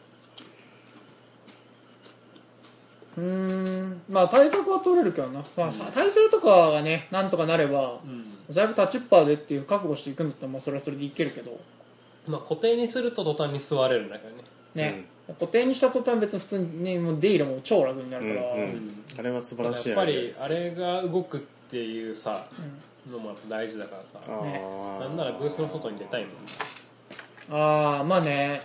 [SPEAKER 2] うん、うーんまあ対策は取れるけどな、まあ、体勢とかがねなんとかなれば、うん、だいぶタッチッパーでっていう覚悟していくんだったらまあそれはそれでいけるけど
[SPEAKER 1] まあ固定にすると途端に座れるんだけどね
[SPEAKER 2] ね、うん、固定にした途端別に普通に、ね、もう出入れも超楽になるから、うんうん、
[SPEAKER 3] あれは素晴らしい。
[SPEAKER 1] やっぱりあれが動くっていうさ、うん、のもやっぱ大事だからさ、ね、なんならブースの外に出たいもんね。
[SPEAKER 2] ああまあね、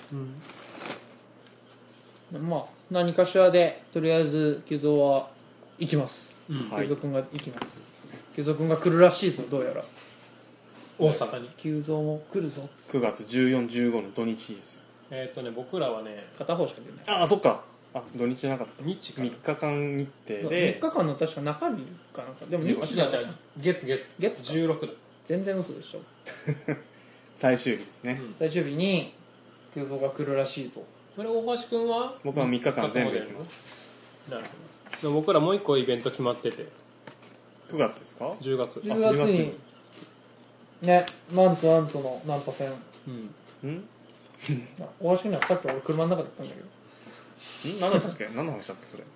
[SPEAKER 2] うん、まあ何かしらでとりあえず急増は行きます、うん、急増くんが行きます、急増くんが来るらしいぞどうやら
[SPEAKER 1] 大阪に
[SPEAKER 2] 急増も来るぞ。
[SPEAKER 3] くがつじゅうよっか、じゅうごの土日ですよ。
[SPEAKER 1] えっとね僕らはね
[SPEAKER 2] 片方しか出ない。
[SPEAKER 3] ああそっかあ土日じゃなかった
[SPEAKER 1] 日
[SPEAKER 3] みっかかん日程で
[SPEAKER 2] みっかかんの確か中日かなんかでも日
[SPEAKER 1] じゃない月月
[SPEAKER 2] 月
[SPEAKER 1] じゅうろくだ
[SPEAKER 2] 全然嘘でしょ
[SPEAKER 3] 最終日ですね、
[SPEAKER 2] うん、最終日に急増が来るらしいぞ。
[SPEAKER 1] それ大橋くんは
[SPEAKER 3] 僕はみっかかん全部行きます。
[SPEAKER 1] なるほど。僕らもう一個イベント決まってて
[SPEAKER 3] くがつですか
[SPEAKER 1] じゅうがつ
[SPEAKER 2] じゅうがつにねなんとなんとのナンパ戦うんん大橋君にはさっき俺車の中だったんだけど
[SPEAKER 3] ん何だったっけ何の話だっけそれ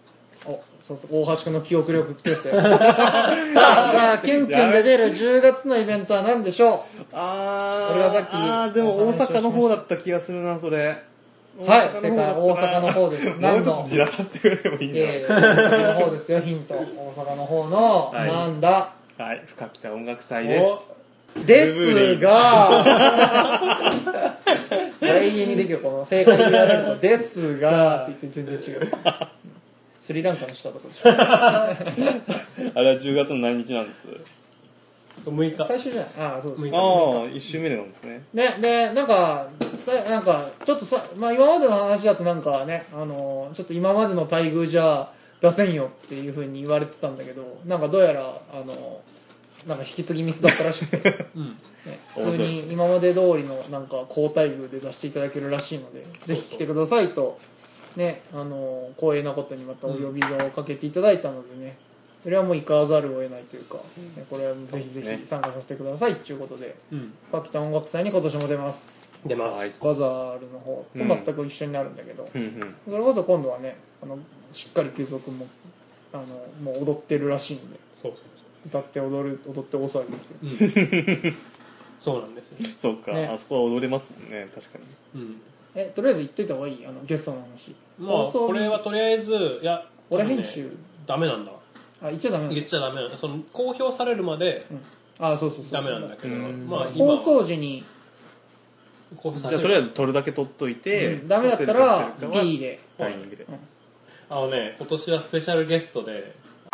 [SPEAKER 2] お、そうそう、大橋君の記憶力テストよさあ、じゃあキュンキュンで出るじゅうがつのイベントは何でしょう。
[SPEAKER 3] あー
[SPEAKER 2] 俺がさっき
[SPEAKER 3] あーでも大阪の方だった気がするな、それ。
[SPEAKER 2] はい正解、大阪の方です。
[SPEAKER 3] もうちょっとじらさせてくれてもいいんだ。
[SPEAKER 2] えー、大阪の方ですよ、ヒント。大阪の方の、
[SPEAKER 3] はい
[SPEAKER 2] なんだ
[SPEAKER 3] はい、深北音楽祭です。
[SPEAKER 2] ですが永遠にできるこの正解で言われるとですがって言って全然違うスリランカの人だとこでしょ
[SPEAKER 3] あれはじゅうがつの何日なんです？
[SPEAKER 1] むいか
[SPEAKER 2] 最初じゃないああそうです
[SPEAKER 3] ああ、いち週目なんですね。
[SPEAKER 2] ね、で、なんか、さなんか、ちょっとさ、まあ今までの話だとなんかね、あの、ちょっと今までの待遇じゃ出せんよっていう風に言われてたんだけど、なんかどうやら、あの、なんか引き継ぎミスだったらしくて、
[SPEAKER 1] うん
[SPEAKER 2] ね、普通に今まで通りのなんか高待遇で出していただけるらしいので、ぜひ来てくださいと、ね、あの、光栄なことにまたお呼びをかけていただいたのでね、それはもう行かざるを得ないというか、ね、これはぜひぜひ参加させてくださいっていうことで、
[SPEAKER 1] うん
[SPEAKER 2] 秋田音楽祭に今年も出ます。
[SPEAKER 1] 出ます、
[SPEAKER 3] はい
[SPEAKER 2] バザールの方と全く一緒になるんだけど、
[SPEAKER 3] うんうん。
[SPEAKER 2] それこそ今度はね、あのしっかり休息もあのもう踊ってるらしいんで、
[SPEAKER 1] そう
[SPEAKER 2] 歌って踊る踊って大騒ぎですよ。
[SPEAKER 1] そうそうなんですよ、
[SPEAKER 3] そうか、
[SPEAKER 2] ね
[SPEAKER 3] あそこは踊れますもんね、確かに。
[SPEAKER 1] うん、
[SPEAKER 2] えとりあえず言っといた方がいいあのゲストの話。
[SPEAKER 1] まあ
[SPEAKER 2] 放送日
[SPEAKER 1] これはとりあえずいや
[SPEAKER 2] 俺
[SPEAKER 1] 多分ね
[SPEAKER 2] 編集
[SPEAKER 1] ダメなんだ
[SPEAKER 2] あ言っちゃダメなの
[SPEAKER 1] 言っちゃダメなんだその公表されるまで
[SPEAKER 2] あそうそうそう
[SPEAKER 1] ダメなんだけど
[SPEAKER 3] うん
[SPEAKER 1] まあ今
[SPEAKER 2] 放送時に、
[SPEAKER 1] 公表される
[SPEAKER 3] じゃあとりあえず撮るだけ撮っといて、
[SPEAKER 2] うんダメだったら
[SPEAKER 3] どうするか
[SPEAKER 2] B で
[SPEAKER 3] タイミングで。
[SPEAKER 1] あのね今年はスペシャルゲストで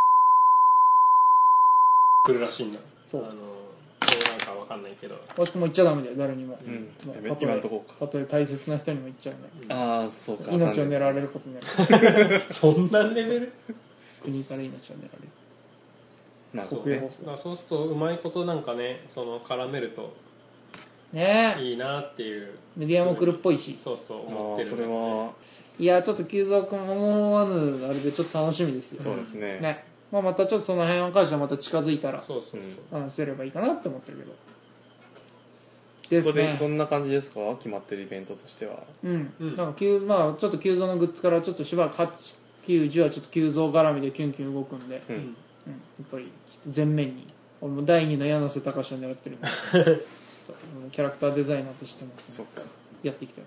[SPEAKER 1] 来るらしいんだ
[SPEAKER 2] そう
[SPEAKER 1] あのどうなんかわかんないけど
[SPEAKER 2] 私も言っちゃダメだよ誰にも、
[SPEAKER 3] うん
[SPEAKER 2] もう
[SPEAKER 3] やめ今んとこ
[SPEAKER 2] たとえ大切な人にも言っちゃうね、
[SPEAKER 3] ああ、そうか。
[SPEAKER 2] 命を狙われることになる
[SPEAKER 1] そんなレベル
[SPEAKER 2] 国から命を狙われる
[SPEAKER 3] なるほどね
[SPEAKER 2] 国営放。送
[SPEAKER 1] だからそうするとうまいことなんかねその絡めると
[SPEAKER 2] ねえ
[SPEAKER 1] いいなっていう
[SPEAKER 2] メディアも来るっぽいし
[SPEAKER 1] そうそう
[SPEAKER 3] あ
[SPEAKER 1] 思ってる
[SPEAKER 3] あ、それは、
[SPEAKER 2] いやちょっと久蔵君思わぬあれでちょっと楽しみですよ
[SPEAKER 3] そうですね。
[SPEAKER 2] ね、まあ、またちょっとその辺に関してはまた近づいたら
[SPEAKER 1] そうそうそう、
[SPEAKER 2] 話せればいいかなって思ってるけどです
[SPEAKER 3] それ
[SPEAKER 2] ね
[SPEAKER 3] そんな感じですか、決まってるイベントとしては。
[SPEAKER 2] うん、
[SPEAKER 1] うん
[SPEAKER 2] なんか急まあちょっと急増のグッズからちょっとしばらくはち、きゅう、じゅうはちょっと急増絡みでキュンキュン動くんで、
[SPEAKER 3] う
[SPEAKER 2] うんん、やっぱりちょっと前面に俺もだいにの柳瀬隆を狙ってるんでちょっとうんキャラクターデザイナーとしても
[SPEAKER 3] そっか。
[SPEAKER 2] やっていきたい。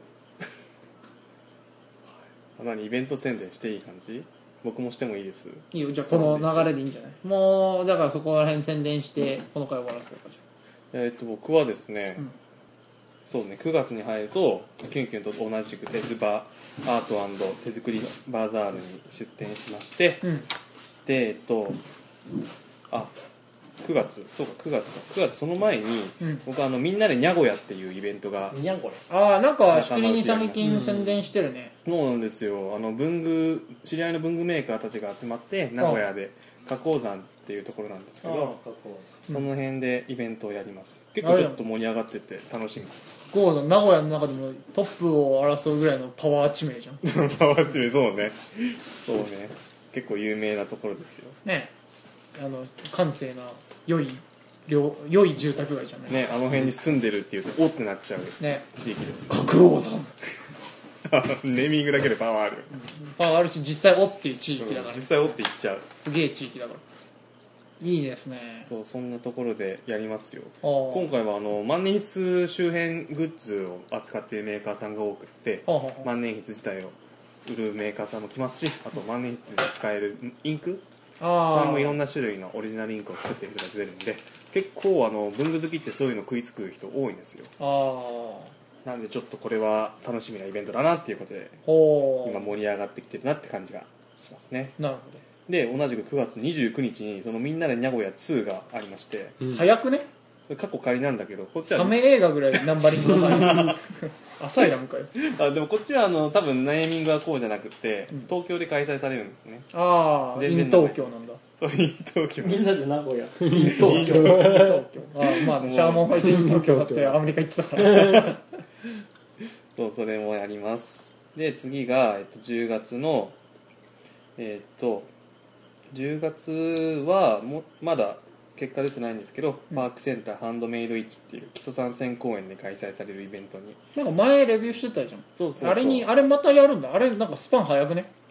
[SPEAKER 3] 何、イベント宣伝していい感じ？僕もしてもいいです。
[SPEAKER 2] いいよじゃあこの流れでいいんじゃない？もうだからそこら辺宣伝してこの回終わらせるかじ
[SPEAKER 3] えーっと僕はですね、
[SPEAKER 2] うん
[SPEAKER 3] そうね、くがつに入るとキュンキュンと同じく鉄バアート&手作りバザールに出店しまして、
[SPEAKER 2] ゃん。うん。
[SPEAKER 3] でえっとあくがつそうかくがつかくがつその前に、
[SPEAKER 2] うん
[SPEAKER 3] 僕あのみんなでニャゴヤっていうイベントが
[SPEAKER 1] にゃんこれ
[SPEAKER 2] ああなんかしきりに最近宣伝してるね。
[SPEAKER 3] そうなんですよ、あの文具知り合いの文具メーカーたちが集まって名古屋で花崗山っていうところなんですけど、その辺でイベントをやります。結構ちょっと盛り上がってて楽しみです
[SPEAKER 2] ゴードン名古屋の中でもトップを争うぐらいのパワー地名じゃん。
[SPEAKER 3] パワーチメそうねそうね結構有名なところですよ
[SPEAKER 2] ねあの閑静な良い良良い住宅街じゃない。
[SPEAKER 3] ね、あの辺に住んでるっていうとおってなっちゃう
[SPEAKER 2] ね
[SPEAKER 3] 地域です
[SPEAKER 2] 角王山
[SPEAKER 3] ネーミングだけでパワーある、
[SPEAKER 2] パワーあるし実際おっていう地域だから、
[SPEAKER 3] 実際おっていっちゃう。
[SPEAKER 2] すげえ地域だからいいですね。
[SPEAKER 3] そう、そんなところでやりますよ。
[SPEAKER 2] あー
[SPEAKER 3] 今回はあの万年筆周辺グッズを扱っているメーカーさんが多くて、
[SPEAKER 2] はあはあはあ
[SPEAKER 3] 万年筆自体を売るメーカーさんも来ますし、あと万年筆で使えるインク、こ
[SPEAKER 2] あ
[SPEAKER 3] れもいろん
[SPEAKER 2] な
[SPEAKER 3] な種類のオリジナルインクを作っている人たち出るんで、結構あの文具好きってそういうの食いつく人多いんですよ。
[SPEAKER 2] ああ
[SPEAKER 3] なんでちょっとこれは楽しみなイベントだなっていうことで、
[SPEAKER 2] ほう
[SPEAKER 3] 今盛り上がってきてるなって感じがしますね。
[SPEAKER 2] なるほ
[SPEAKER 3] で同じくくがつにじゅうくにちにそのみんなでニャゴヤツーがありまして、
[SPEAKER 2] ど、
[SPEAKER 1] うん
[SPEAKER 2] 早くね
[SPEAKER 3] それ過去仮なんだけど、こっちは
[SPEAKER 2] サメ映画ぐらいナンバリングが早いアサイラムかよ。
[SPEAKER 3] あでもこっちはあの多分ネーミングはこうじゃなくて、
[SPEAKER 2] うん
[SPEAKER 3] 東京で開催されるんですね。
[SPEAKER 2] ああイン
[SPEAKER 3] 全然
[SPEAKER 2] 東京なんだ。
[SPEAKER 3] そういう東京
[SPEAKER 6] みんなで名古屋
[SPEAKER 2] 東京イン東京ああまあねシャーマンファイトイン東京だってアメリカ行ってたから
[SPEAKER 3] そうそれもやります。で次が、えっと、じゅうがつのえっとじゅうがつはもまだ結果出てないんですけど、パークセンターハンドメイド市っていう基礎参戦公演で開催されるイベントに、
[SPEAKER 2] なんか前レビューしてたじゃん。
[SPEAKER 3] そうそうそう
[SPEAKER 2] あれにあれまたやるんだ。あれなんかスパン早くね。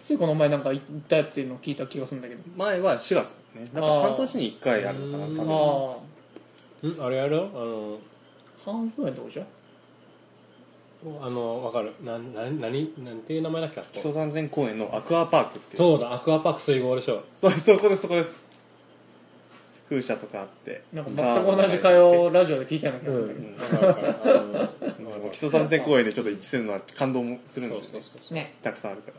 [SPEAKER 2] ついこの前なんか行ったっていうのを聞いた気がするんだけど、
[SPEAKER 3] 前はしがつね、なんか半年にいっかいあるのかな、多分。
[SPEAKER 2] あ
[SPEAKER 1] んあれやるあの
[SPEAKER 2] あ半分のとこじゃ
[SPEAKER 1] あの分かるなな何なんていう名前だっけあそこ
[SPEAKER 3] 木曽三千公園のアクアパークっていう。
[SPEAKER 1] そうだアクアパーク水郷でしょ。
[SPEAKER 3] そうそこですそこです。風車とかあって
[SPEAKER 2] なんか全く同じ会話をラジオで聞いたような気がするんだけど、
[SPEAKER 1] うん分かる分かるあの
[SPEAKER 3] 木曽三千公園でちょっと一致するのは感動もするんですよね。
[SPEAKER 2] ね。
[SPEAKER 3] たくさんあるから。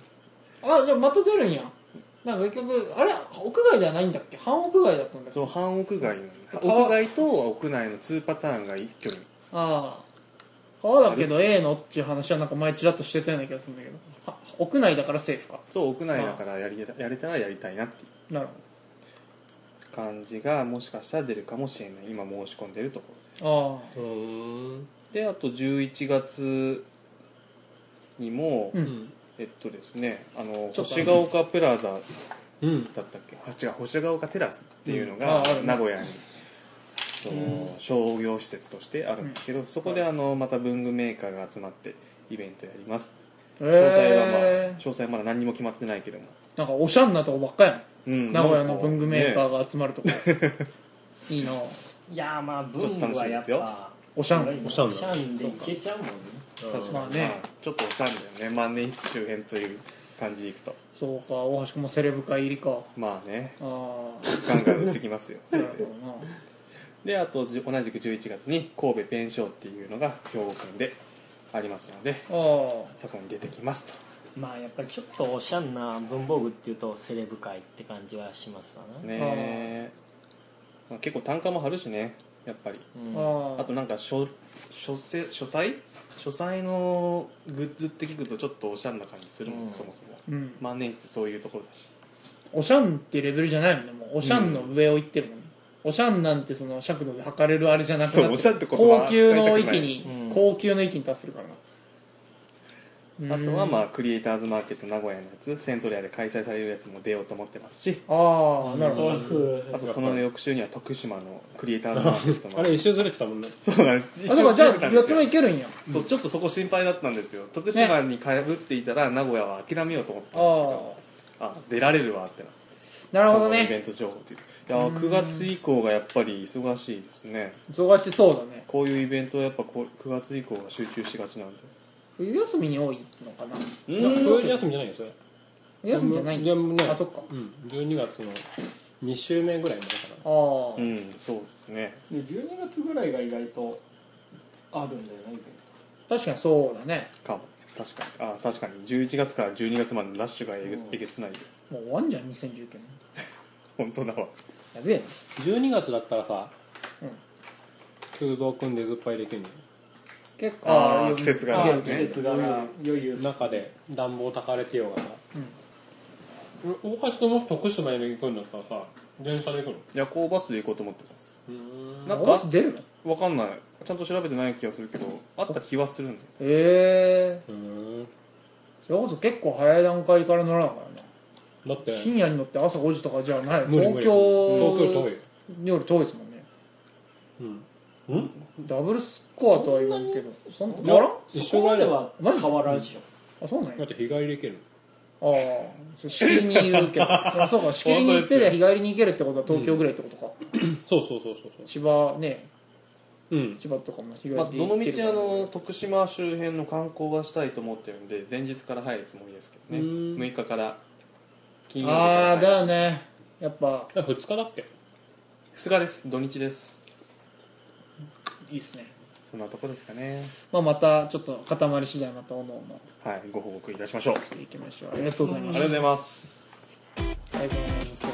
[SPEAKER 2] あ、じゃあまた出るんや。なんか結局あれ屋外ではないんだっけ、半屋外だったんだっけ。
[SPEAKER 3] そう半屋外なんで、
[SPEAKER 2] 川
[SPEAKER 3] 屋外と屋内のにパターンが一挙に。
[SPEAKER 2] ああ川だけどええのっていう話はなんか前ちらっとしてたような気がするんだけど、は屋内だからセーフか。
[SPEAKER 3] そう屋内だからやりやれたらやりたいなっていう
[SPEAKER 2] なる
[SPEAKER 3] 感じがもしかしたら出るかもしれない。今申し込んでるところです。
[SPEAKER 2] ほど。ああ
[SPEAKER 1] うーん
[SPEAKER 3] であとじゅういちがつにも、
[SPEAKER 2] う
[SPEAKER 1] うんん
[SPEAKER 3] えっとですねあの
[SPEAKER 2] ちょっと
[SPEAKER 3] 星ヶ丘プラザ
[SPEAKER 1] うん
[SPEAKER 3] だったっけ、あ違う星ヶ丘テラスっていうの
[SPEAKER 2] うん
[SPEAKER 3] が
[SPEAKER 2] ああるね
[SPEAKER 3] 名古屋にその商業施設としてあるんですけど、そこであのまた文具メーカーが集まってイベントやります。詳細はまあ
[SPEAKER 2] え
[SPEAKER 3] 詳細はまだ何にも決まってないけども、
[SPEAKER 2] ー、なんかおしゃんなとこばっかやん、
[SPEAKER 3] うん
[SPEAKER 2] 名古屋の文具メーカー
[SPEAKER 3] ね
[SPEAKER 2] が集まるとこ、いいない
[SPEAKER 6] やまあ文具はやっぱ
[SPEAKER 2] おしゃん
[SPEAKER 1] おしゃん
[SPEAKER 6] おしゃんでいけちゃうもんね。
[SPEAKER 3] 確かに、
[SPEAKER 2] まあね
[SPEAKER 3] まあちょっとおしゃれだよね、万年筆周辺という感じでいくと。
[SPEAKER 2] そうか、大橋君もセレブ会入りか。
[SPEAKER 3] まあね
[SPEAKER 2] あ
[SPEAKER 3] ガンガン売ってきますよ
[SPEAKER 2] あ
[SPEAKER 3] そ
[SPEAKER 2] な
[SPEAKER 3] れで
[SPEAKER 2] るほどな。
[SPEAKER 3] であとじ同じくじゅういちがつに神戸ペンショーっていうのが兵庫県でありますので、
[SPEAKER 2] あ
[SPEAKER 3] そこに出てきますと。
[SPEAKER 6] まあやっぱりちょっとおしゃんな文房具っていうとセレブ界って感じはしますわな。
[SPEAKER 3] ねえ、まあ、結構単価も張るしねやっぱり。
[SPEAKER 6] うん
[SPEAKER 2] ああ
[SPEAKER 3] あとなんか書書せ書斎書斎のグッズって聞くとちょっとおしゃれな感じするもん、
[SPEAKER 6] うん
[SPEAKER 3] そもそも
[SPEAKER 2] うん、
[SPEAKER 3] 万年筆そういうところだし。
[SPEAKER 2] おしゃんってレベルじゃないもんね、もうおしゃんの上を行ってるもん、おしゃんなんてその尺度で測れるあれじゃなくなって
[SPEAKER 3] そうおしゃんって言葉
[SPEAKER 2] 高級の域
[SPEAKER 3] 使い
[SPEAKER 2] に、
[SPEAKER 6] うん
[SPEAKER 2] 高級の域に達するからな。
[SPEAKER 3] あとはま
[SPEAKER 2] あ
[SPEAKER 3] あクリエイターズマーケット名古屋のやつセントリアで開催されるやつも出ようと思ってますし、
[SPEAKER 2] ああなるほど、
[SPEAKER 3] あとその翌週には徳島のクリエイターズマーケットも
[SPEAKER 1] あれ一周ずれてたもんね。
[SPEAKER 3] そうなんです。
[SPEAKER 2] あそうか、じゃあ四つ
[SPEAKER 3] 一緒に来てたんですよ
[SPEAKER 2] 目いけるんや。
[SPEAKER 3] そうちょっとそこ心配だったんですよ。徳島にかぶっていたら名古屋は諦めようと思ったんですけど、あ出られるわってな
[SPEAKER 2] なるほどね。
[SPEAKER 3] イベント情報っていう。いやーくがつ以降がやっぱり忙しいですね。
[SPEAKER 2] 忙しそうだね。
[SPEAKER 3] こういうイベントはやっぱこうくがつ以降が集中しがちなんで。
[SPEAKER 2] 冬休みに多いのかな。
[SPEAKER 1] いや冬休みじゃないよそれ。
[SPEAKER 2] 冬休みじゃないんだ。
[SPEAKER 1] でもね
[SPEAKER 2] あ、そっか。
[SPEAKER 1] うんじゅうにがつのに週目ぐらいまでか
[SPEAKER 2] ああ、
[SPEAKER 3] うんそうですね。
[SPEAKER 6] でじゅうにがつぐらいが意外とあるんだよなイベン
[SPEAKER 2] 確かにそうだね。
[SPEAKER 3] かも確かにあ確かにじゅういちがつからじゅうにがつまでのラッシュがえげつえげつないで。
[SPEAKER 2] もう終わんじゃん、にせんじゅうきゅう
[SPEAKER 3] 本当だわ。
[SPEAKER 2] 年。やべえな。
[SPEAKER 1] な。じゅうにがつだったらさ
[SPEAKER 2] うん、
[SPEAKER 1] 急増くんでずっぱいできるのよ。
[SPEAKER 2] 結構、
[SPEAKER 3] あー
[SPEAKER 2] よ
[SPEAKER 3] 季節
[SPEAKER 6] ト。
[SPEAKER 3] がね
[SPEAKER 6] ああ季節柄余裕
[SPEAKER 1] 中で暖房炊かれてようがさ。
[SPEAKER 2] うん。
[SPEAKER 1] 大橋君も徳島に行くんだったらさ電車で行くの？
[SPEAKER 3] 夜行バスで行こうと思ってます。
[SPEAKER 1] うーん
[SPEAKER 3] なんか
[SPEAKER 2] バス出るの？
[SPEAKER 3] わかんない。ちゃんと調べてない気がするけどあった気はするんだよ。
[SPEAKER 2] ええ
[SPEAKER 1] うーん
[SPEAKER 2] それこそ結構早い段階から乗らなかったな。
[SPEAKER 1] だって
[SPEAKER 2] 深夜に乗って朝ごじとかじゃない。
[SPEAKER 1] 無理無理
[SPEAKER 2] 東京
[SPEAKER 1] 東京遠いよ。
[SPEAKER 2] より遠いですもんね。
[SPEAKER 1] うんうん
[SPEAKER 2] ダブルスコアとは言わんけど、そんな変わらん？
[SPEAKER 1] 一
[SPEAKER 6] そこ
[SPEAKER 1] 緒ぐらいだよ。
[SPEAKER 6] までは変わらんでしょ。
[SPEAKER 2] あ、そうなんや。
[SPEAKER 1] だって日帰りで行ける
[SPEAKER 2] ああ、そうしきりに言うけど。あそうか、しきりに行ってで日帰りに行けるってことは東京ぐらいってことか。
[SPEAKER 1] そうそうそうそう
[SPEAKER 2] 千葉ね、
[SPEAKER 1] そううん
[SPEAKER 2] 千葉とかも日帰りで
[SPEAKER 3] まあ、
[SPEAKER 2] 行って
[SPEAKER 3] どの
[SPEAKER 2] るから
[SPEAKER 3] 道あの徳島周辺の観光はしたいと思ってるんで前日から入るつもりですけどね。
[SPEAKER 1] うん
[SPEAKER 3] むいかから金曜日
[SPEAKER 2] ああ、
[SPEAKER 3] から
[SPEAKER 2] だよね。やっぱ、
[SPEAKER 1] えふつかだっけ？
[SPEAKER 3] ふつかです土日です。
[SPEAKER 2] いいっすね。
[SPEAKER 3] そんなとこですかね。
[SPEAKER 2] まあまた、ちょっと固まり次第またおのおの
[SPEAKER 3] はいご報告いたしましょう。あり
[SPEAKER 2] していきましょう。ありがとうございま
[SPEAKER 3] が
[SPEAKER 2] した。
[SPEAKER 3] とうございます。
[SPEAKER 2] 最後のニュース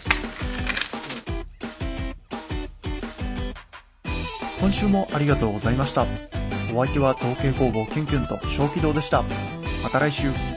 [SPEAKER 4] 今週もありがとうございました。お相手は造形工房キュンキュンと小気道でした。また来週。